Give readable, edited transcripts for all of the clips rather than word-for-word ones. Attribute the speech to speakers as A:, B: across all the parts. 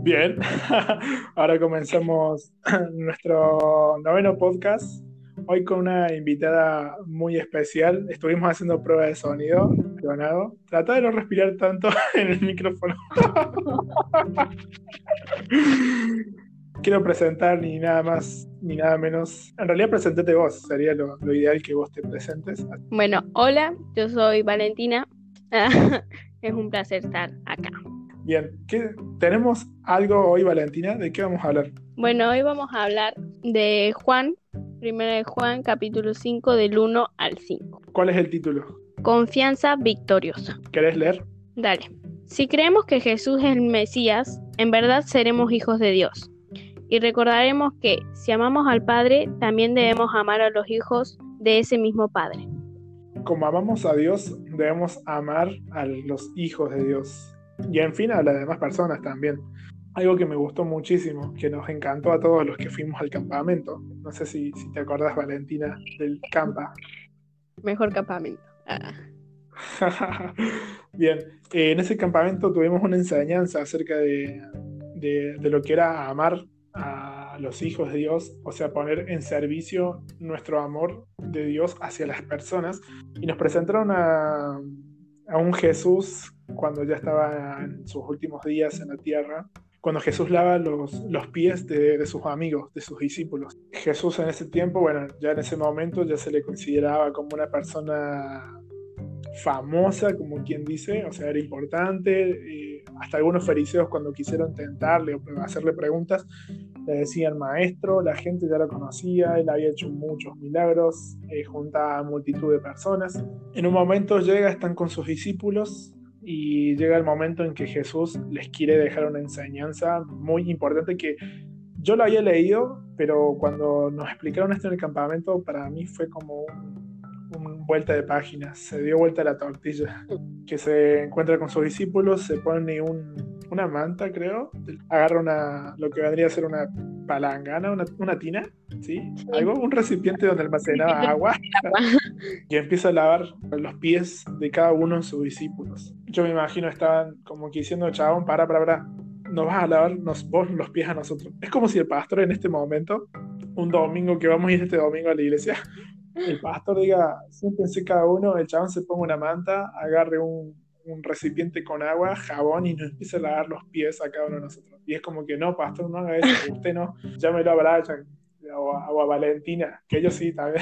A: Bien, ahora comenzamos nuestro noveno podcast. Hoy con una invitada muy especial. Estuvimos haciendo prueba de sonido. Leonardo, trata de no respirar tanto en el micrófono. Quiero presentar ni nada más ni nada menos. En realidad, presentate vos. Sería lo ideal que vos te presentes.
B: Bueno, hola, yo soy Valentina. Es un placer estar acá.
A: Bien, ¿tenemos algo hoy, Valentina? ¿De qué vamos a hablar?
B: Bueno, hoy vamos a hablar de Juan, primera de Juan, capítulo 5, del 1 al 5.
A: ¿Cuál es el título?
B: Confianza victoriosa.
A: ¿Querés leer?
B: Dale. Si creemos que Jesús es el Mesías, en verdad seremos hijos de Dios. Y recordaremos que si amamos al Padre, también debemos amar a los hijos de ese mismo Padre.
A: Como amamos a Dios, debemos amar a los hijos de Dios. Y en fin, a las demás personas también. Algo que me gustó muchísimo, que nos encantó a todos los que fuimos al campamento. No sé si te acordás, Valentina, del campa.
B: Mejor campamento.
A: Bien, en ese campamento tuvimos una enseñanza acerca de lo que era amar a los hijos de Dios, o sea, poner en servicio nuestro amor de Dios hacia las personas. Y nos presentaron a un Jesús cuando ya estaba en sus últimos días en la tierra, cuando Jesús lava los pies de sus amigos, de sus discípulos. Jesús en ese tiempo, bueno, ya en ese momento ya se le consideraba como una persona famosa, como quien dice, o sea, era importante. Hasta algunos fariseos, cuando quisieron tentarle o hacerle preguntas, le decían maestro. La gente ya lo conocía, él había hecho muchos milagros, juntaba a multitud de personas. En un momento están con sus discípulos y llega el momento en que Jesús les quiere dejar una enseñanza muy importante que yo lo había leído, pero cuando nos explicaron esto en el campamento, para mí fue como vuelta de página, se dio vuelta la tortilla, que se encuentra con sus discípulos, se pone una manta, creo, agarra lo que vendría a ser una palangana, una tina, ¿sí? Algo, un recipiente donde almacenaba agua, y empieza a lavar los pies de cada uno de sus discípulos. Yo me imagino estaban como que diciendo, chabón, para, nos vas a lavar vos los pies a nosotros. Es como si el pastor en este momento, un domingo que vamos a ir este domingo a la iglesia, el pastor diga, siéntense cada uno, el chabón se ponga una manta, agarre un recipiente con agua, jabón y nos empieza a lavar los pies a cada uno de nosotros. Y es como que no, pastor, no haga eso, usted no, llámelo a Brian o a Valentina, que ellos sí también.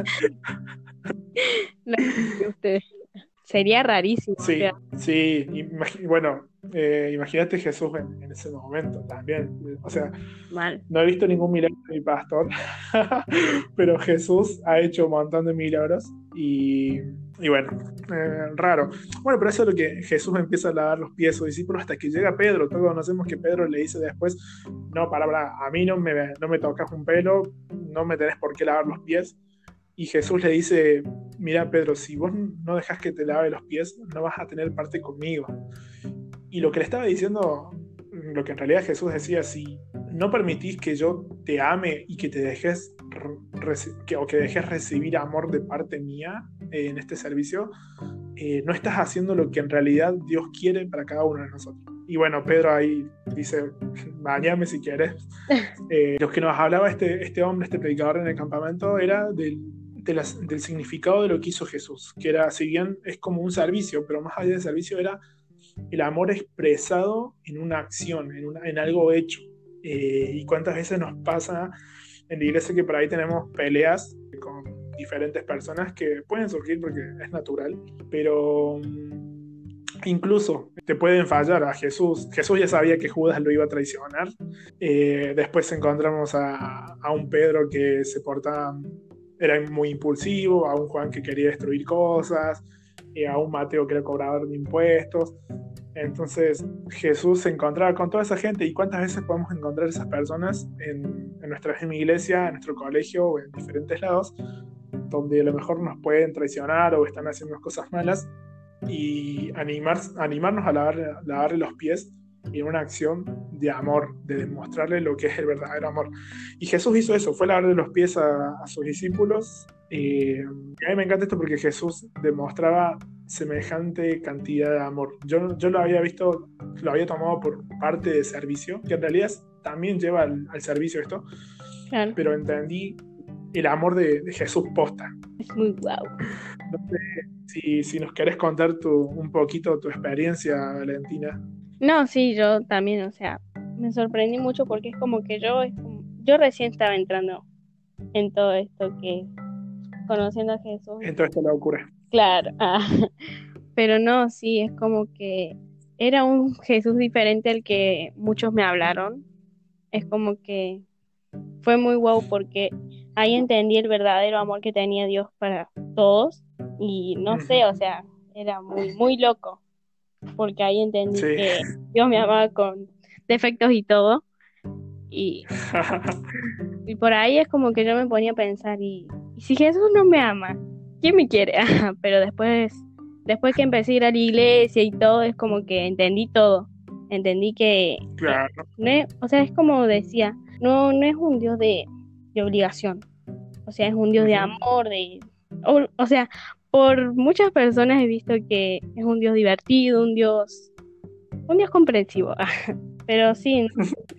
B: No, usted. Sería rarísimo.
A: Sí, sí, bueno, imagínate Jesús en ese momento también. O sea,
B: Mal.
A: no he visto ningún milagro de mi pastor, pero Jesús ha hecho un montón de milagros y bueno, raro. Bueno, pero eso es lo que Jesús empieza a lavar los pies a sus discípulos hasta que llega Pedro. Todos conocemos que Pedro le dice después, no, para, a mí no me tocas un pelo, no me tenés por qué lavar los pies. Y Jesús le dice, mira Pedro, si vos no dejas que te lave los pies, no vas a tener parte conmigo. Y lo que le estaba diciendo, lo que en realidad Jesús decía, si no permitís que yo te ame y que te dejes que dejes recibir amor de parte mía en este servicio, no estás haciendo lo que en realidad Dios quiere para cada uno de nosotros. Y bueno, Pedro ahí dice, bañame si quieres. Lo que nos hablaba este hombre, este predicador en el campamento, era del significado de lo que hizo Jesús, que era, si bien es como un servicio, pero más allá del servicio era el amor expresado en una acción, en algo hecho. Y cuántas veces nos pasa en la iglesia que por ahí tenemos peleas con diferentes personas que pueden surgir porque es natural, pero incluso te pueden fallar a Jesús. Jesús ya sabía que Judas lo iba a traicionar. Después encontramos a un Pedro que se portaba, era muy impulsivo, a un Juan que quería destruir cosas, a un Mateo que era cobrador de impuestos. Entonces Jesús se encontraba con toda esa gente. ¿Y cuántas veces podemos encontrar esas personas en nuestra misma iglesia, en nuestro colegio o en diferentes lados, donde a lo mejor nos pueden traicionar o están haciendo cosas malas? Y animarnos a lavarle los pies, en una acción de amor, de demostrarle lo que es el verdadero amor. Y Jesús hizo eso, fue lavarle los pies a sus discípulos. A mí me encanta esto porque Jesús demostraba semejante cantidad de amor. Yo lo había visto, lo había tomado por parte de servicio, que en realidad también lleva al servicio esto,
B: Claro,
A: pero entendí el amor de Jesús posta.
B: es muy guau.
A: No sé si nos querés contar un poquito tu experiencia, Valentina.
B: No, sí, yo también, o sea, me sorprendí mucho porque es como que yo recién estaba entrando en todo esto que conociendo a Jesús.
A: En toda esta locura.
B: Claro, pero no, sí, es como que era un Jesús diferente al que muchos me hablaron. Es como que fue muy guau porque ahí entendí el verdadero amor que tenía Dios para todos y no sé, o sea, era muy, muy loco porque ahí entendí
A: Sí.
B: que Dios me amaba con defectos y todo y, y por ahí es como que yo me ponía a pensar y si Jesús no me ama, ¿quién me quiere? Pero después que empecé a ir a la iglesia y todo, es como que entendí todo. Entendí que
A: Claro.
B: no es, o sea, es como decía, no es un Dios de obligación. O sea, es un Dios de amor, o sea, por muchas personas he visto que es un Dios divertido, un Dios comprensivo. Pero sí,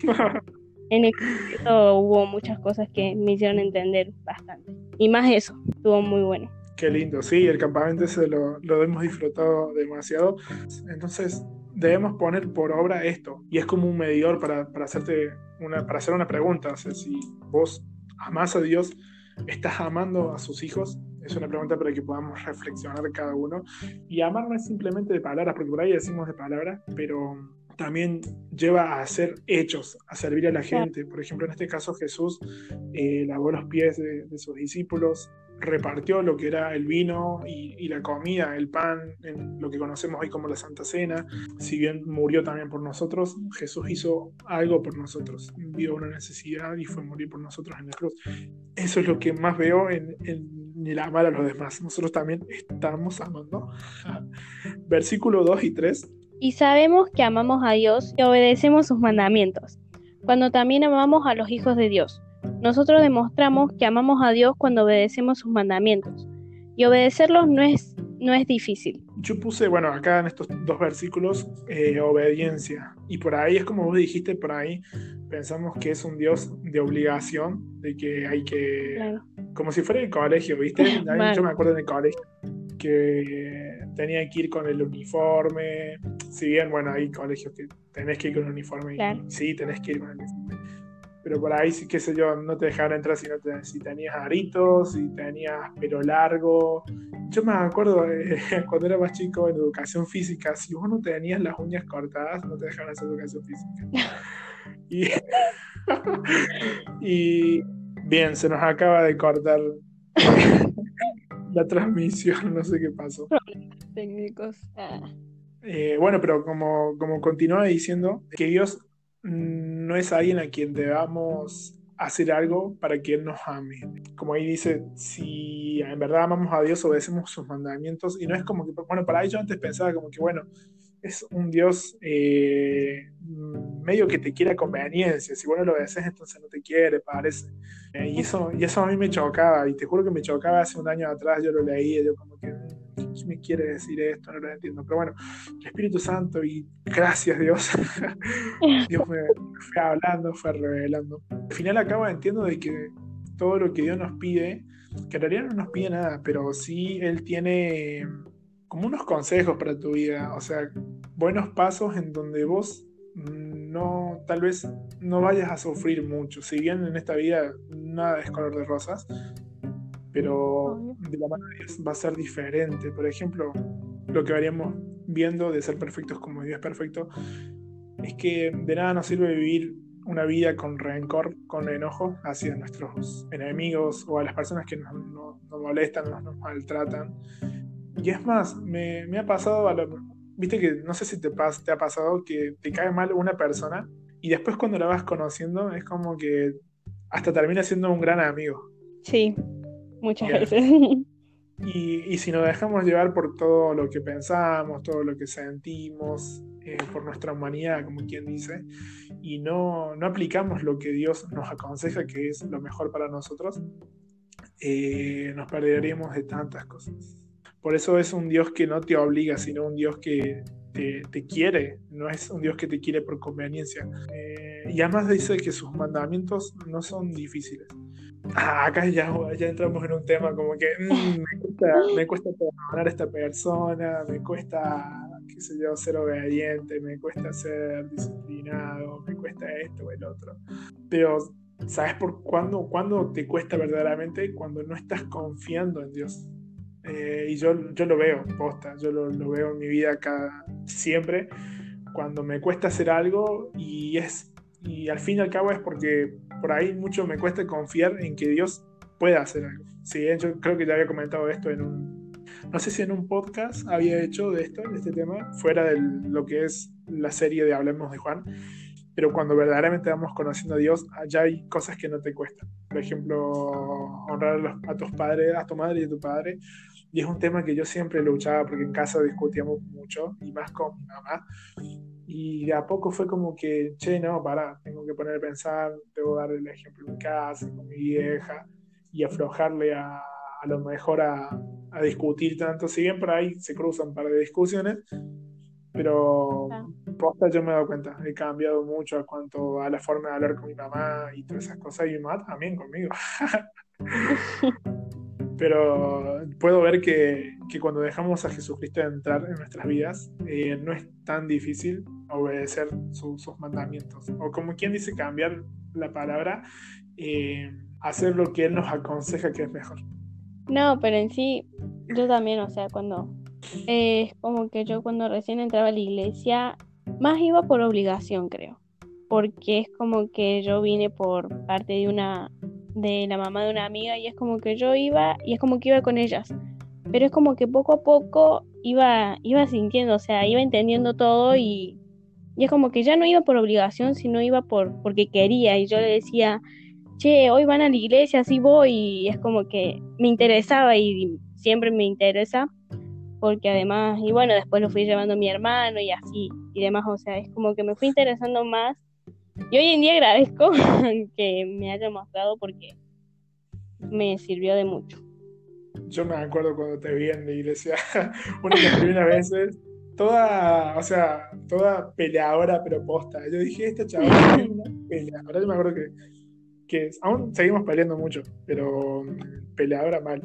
B: en el caso hubo muchas cosas que me hicieron entender bastante. Y más eso, estuvo muy bueno.
A: Qué lindo, sí, el campamento ese lo hemos disfrutado demasiado. Entonces, debemos poner por obra esto. Y es como un medidor para hacer una pregunta. O sea, si vos amás a Dios, ¿estás amando a sus hijos? Es una pregunta para que podamos reflexionar cada uno. Y amar no es simplemente de palabras, porque por ahí decimos de palabras, pero también lleva a hacer hechos, a servir a la gente. Por ejemplo, en este caso Jesús lavó los pies de sus discípulos, repartió lo que era el vino y la comida, el pan, en lo que conocemos hoy como la Santa Cena. Si bien murió también por nosotros, Jesús hizo algo por nosotros, vio una necesidad y fue a morir por nosotros en la cruz. Eso es lo que más veo en el amar a los demás. Nosotros también estamos amando. Versículo 2 y 3.
B: Y sabemos que amamos a Dios y obedecemos sus mandamientos, cuando también amamos a los hijos de Dios. Nosotros demostramos que amamos a Dios cuando obedecemos sus mandamientos. Y obedecerlos no es difícil.
A: Yo puse, bueno, acá en estos dos versículos, obediencia. Y por ahí es como vos dijiste, por ahí pensamos que es un Dios de obligación, de que hay que...
B: Claro.
A: Como si fuera el colegio, ¿viste?
B: Mal.
A: Yo me acuerdo en el colegio que tenía que ir con el uniforme. Si bien, bueno, hay colegios que tenés que ir con el uniforme.
B: Claro.
A: Y sí, tenés que ir con el uniforme. Pero por ahí, qué sé yo, no te dejaban entrar si tenías aritos, si tenías pelo largo. Yo me acuerdo cuando era más chico en educación física, si vos no tenías las uñas cortadas, no te dejaban hacer educación física. Y bien, se nos acaba de cortar la transmisión, no sé qué pasó.
B: Técnicos.
A: Bueno, pero como continuaba diciendo, que Dios no es alguien a quien debamos hacer algo para que Él nos ame. Como ahí dice, si en verdad amamos a Dios, obedecemos sus mandamientos. Y no es como que, bueno, para ahí yo antes pensaba como que, bueno, es un Dios medio que te quiere a conveniencia. Si vos no lo obedeces, entonces no te quiere, parece. Y eso a mí me chocaba. Y te juro que me chocaba hace un año atrás. Yo lo leí y yo como que, ¿qué me quiere decir esto? No lo entiendo. Pero bueno, el Espíritu Santo y gracias Dios. Dios me fue hablando, fue revelando. Al final acabo entiendo de que todo lo que Dios nos pide, que en realidad no nos pide nada, pero sí Él tiene como unos consejos para tu vida, o sea, buenos pasos en donde vos tal vez no vayas a sufrir mucho. Si bien en esta vida nada es color de rosas, pero de la mano de Dios va a ser diferente. Por ejemplo, lo que varíamos viendo de ser perfectos como Dios es perfecto, es que de nada nos sirve vivir una vida con rencor, con enojo hacia nuestros enemigos o a las personas que nos molestan, nos maltratan. Y es más, me ha pasado, viste que no sé si te ha pasado que te cae mal una persona y después cuando la vas conociendo es como que hasta termina siendo un gran amigo.
B: Sí, muchas
A: Bien.
B: veces.
A: Y si nos dejamos llevar por todo lo que pensamos, todo lo que sentimos, por nuestra humanidad, como quien dice, y no aplicamos lo que Dios nos aconseja, que es lo mejor para nosotros, nos perderíamos de tantas cosas. Por eso es un Dios que no te obliga, sino un Dios que te quiere, no es un Dios que te quiere por conveniencia. Y además dice que sus mandamientos no son difíciles. Acá ya entramos en un tema como que me cuesta perdonar a esta persona, me cuesta, qué sé yo, ser obediente, me cuesta ser disciplinado, me cuesta esto o el otro. Pero, ¿sabes por cuándo te cuesta verdaderamente? Cuando no estás confiando en Dios. Y yo lo veo, posta, yo lo veo en mi vida siempre, cuando me cuesta hacer algo y al fin y al cabo es porque por ahí mucho me cuesta confiar en que Dios pueda hacer algo. Sí, yo creo que ya había comentado esto no sé si en un podcast había hecho de este tema, fuera de lo que es la serie de Hablemos de Juan, pero cuando verdaderamente vamos conociendo a Dios, ya hay cosas que no te cuestan. Por ejemplo, honrar a tus padres, a tu madre y a tu padre. Y es un tema que yo siempre luchaba porque en casa discutíamos mucho, y más con mi mamá. Y de a poco fue como que, che, no, pará, tengo que poner a pensar, debo dar el ejemplo en mi casa, con mi vieja, y aflojarle a lo mejor a discutir tanto. Si bien por ahí se cruzan un par de discusiones, pero posta yo me he dado cuenta, he cambiado mucho en cuanto a la forma de hablar con mi mamá y todas esas cosas, y mi mamá también conmigo. Pero puedo ver que cuando dejamos a Jesucristo entrar en nuestras vidas, no es tan difícil obedecer sus mandamientos. O como quien dice, cambiar la palabra, hacer lo que Él nos aconseja que es mejor.
B: No, pero en sí, yo también, o sea, es como que yo cuando recién entraba a la iglesia, más iba por obligación, creo. Porque es como que yo vine por parte de la mamá de una amiga, y es como que yo iba, y es como que iba con ellas. Pero es como que poco a poco iba sintiendo, o sea, iba entendiendo todo, y es como que ya no iba por obligación, sino iba porque quería. Y yo le decía, che, hoy van a la iglesia, así voy, y es como que me interesaba, y siempre me interesa, porque además, y bueno, después lo fui llevando a mi hermano y así, y demás, o sea, es como que me fui interesando más, y hoy en día agradezco que me haya mostrado porque me sirvió de mucho.
A: Yo me acuerdo cuando te vi en la iglesia, una de las primeras veces, toda peleadora pero posta. Yo dije, esta chavala es una peleadora. Yo me acuerdo que aún seguimos peleando mucho, pero peleadora mal.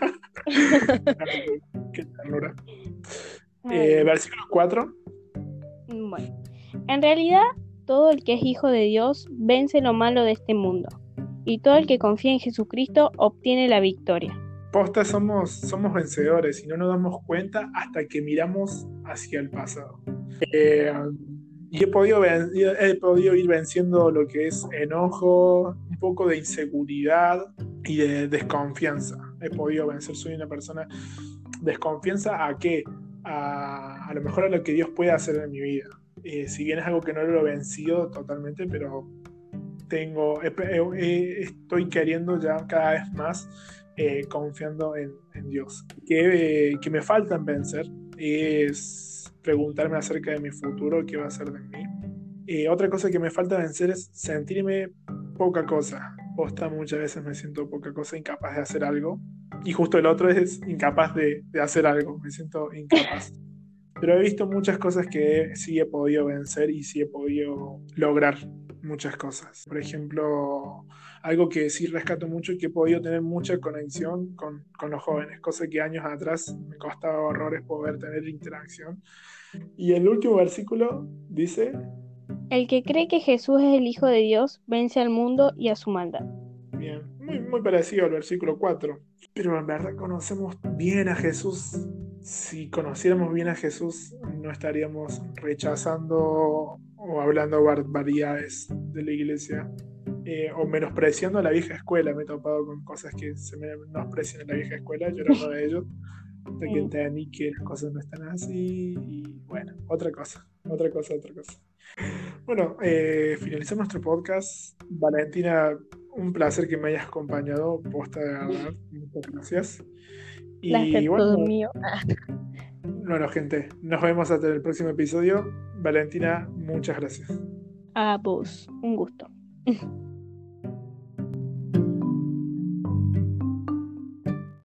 A: Qué ternura. Versículo 4.
B: Bueno, en realidad, todo el que es hijo de Dios vence lo malo de este mundo, y todo el que confía en Jesucristo obtiene la victoria.
A: Posta, somos vencedores y no nos damos cuenta hasta que miramos hacia el pasado. Y he podido ir venciendo lo que es enojo, un poco de inseguridad y de desconfianza. He podido vencer, soy una persona desconfianza a qué, a lo mejor a lo que Dios puede hacer en mi vida. Si bien es algo que no lo he vencido totalmente, pero estoy queriendo ya cada vez más, confiando en Dios. Que me faltan vencer es preguntarme acerca de mi futuro, qué va a ser de mí. Otra cosa que me falta vencer es sentirme poca cosa. Posta, muchas veces me siento poca cosa, incapaz de hacer algo. Y justo el otro es incapaz de hacer algo, me siento incapaz. Pero he visto muchas cosas que sí he podido vencer y sí he podido lograr muchas cosas. Por ejemplo, algo que sí rescato mucho y que he podido tener mucha conexión con los jóvenes, cosa que años atrás me costaba horrores poder tener interacción. Y el último versículo dice:
B: El que cree que Jesús es el Hijo de Dios vence al mundo y a su maldad.
A: Bien, muy parecido al versículo 4. Pero en verdad conocemos bien a Jesús. Si conociéramos bien a Jesús, no estaríamos rechazando o hablando barbaridades de la iglesia, o menospreciando a la vieja escuela. Me he topado con cosas que se menosprecian en la vieja escuela. Yo era uno de ellos, hasta que entendí que las cosas no están así. Y bueno, otra cosa. Bueno, finalizamos nuestro podcast. Valentina, un placer que me hayas acompañado, posta, de verdad, muchas gracias. Y
B: Placer
A: bueno,
B: todo mío.
A: Bueno, gente, nos vemos hasta el próximo episodio. Valentina, muchas gracias.
B: A vos, un gusto.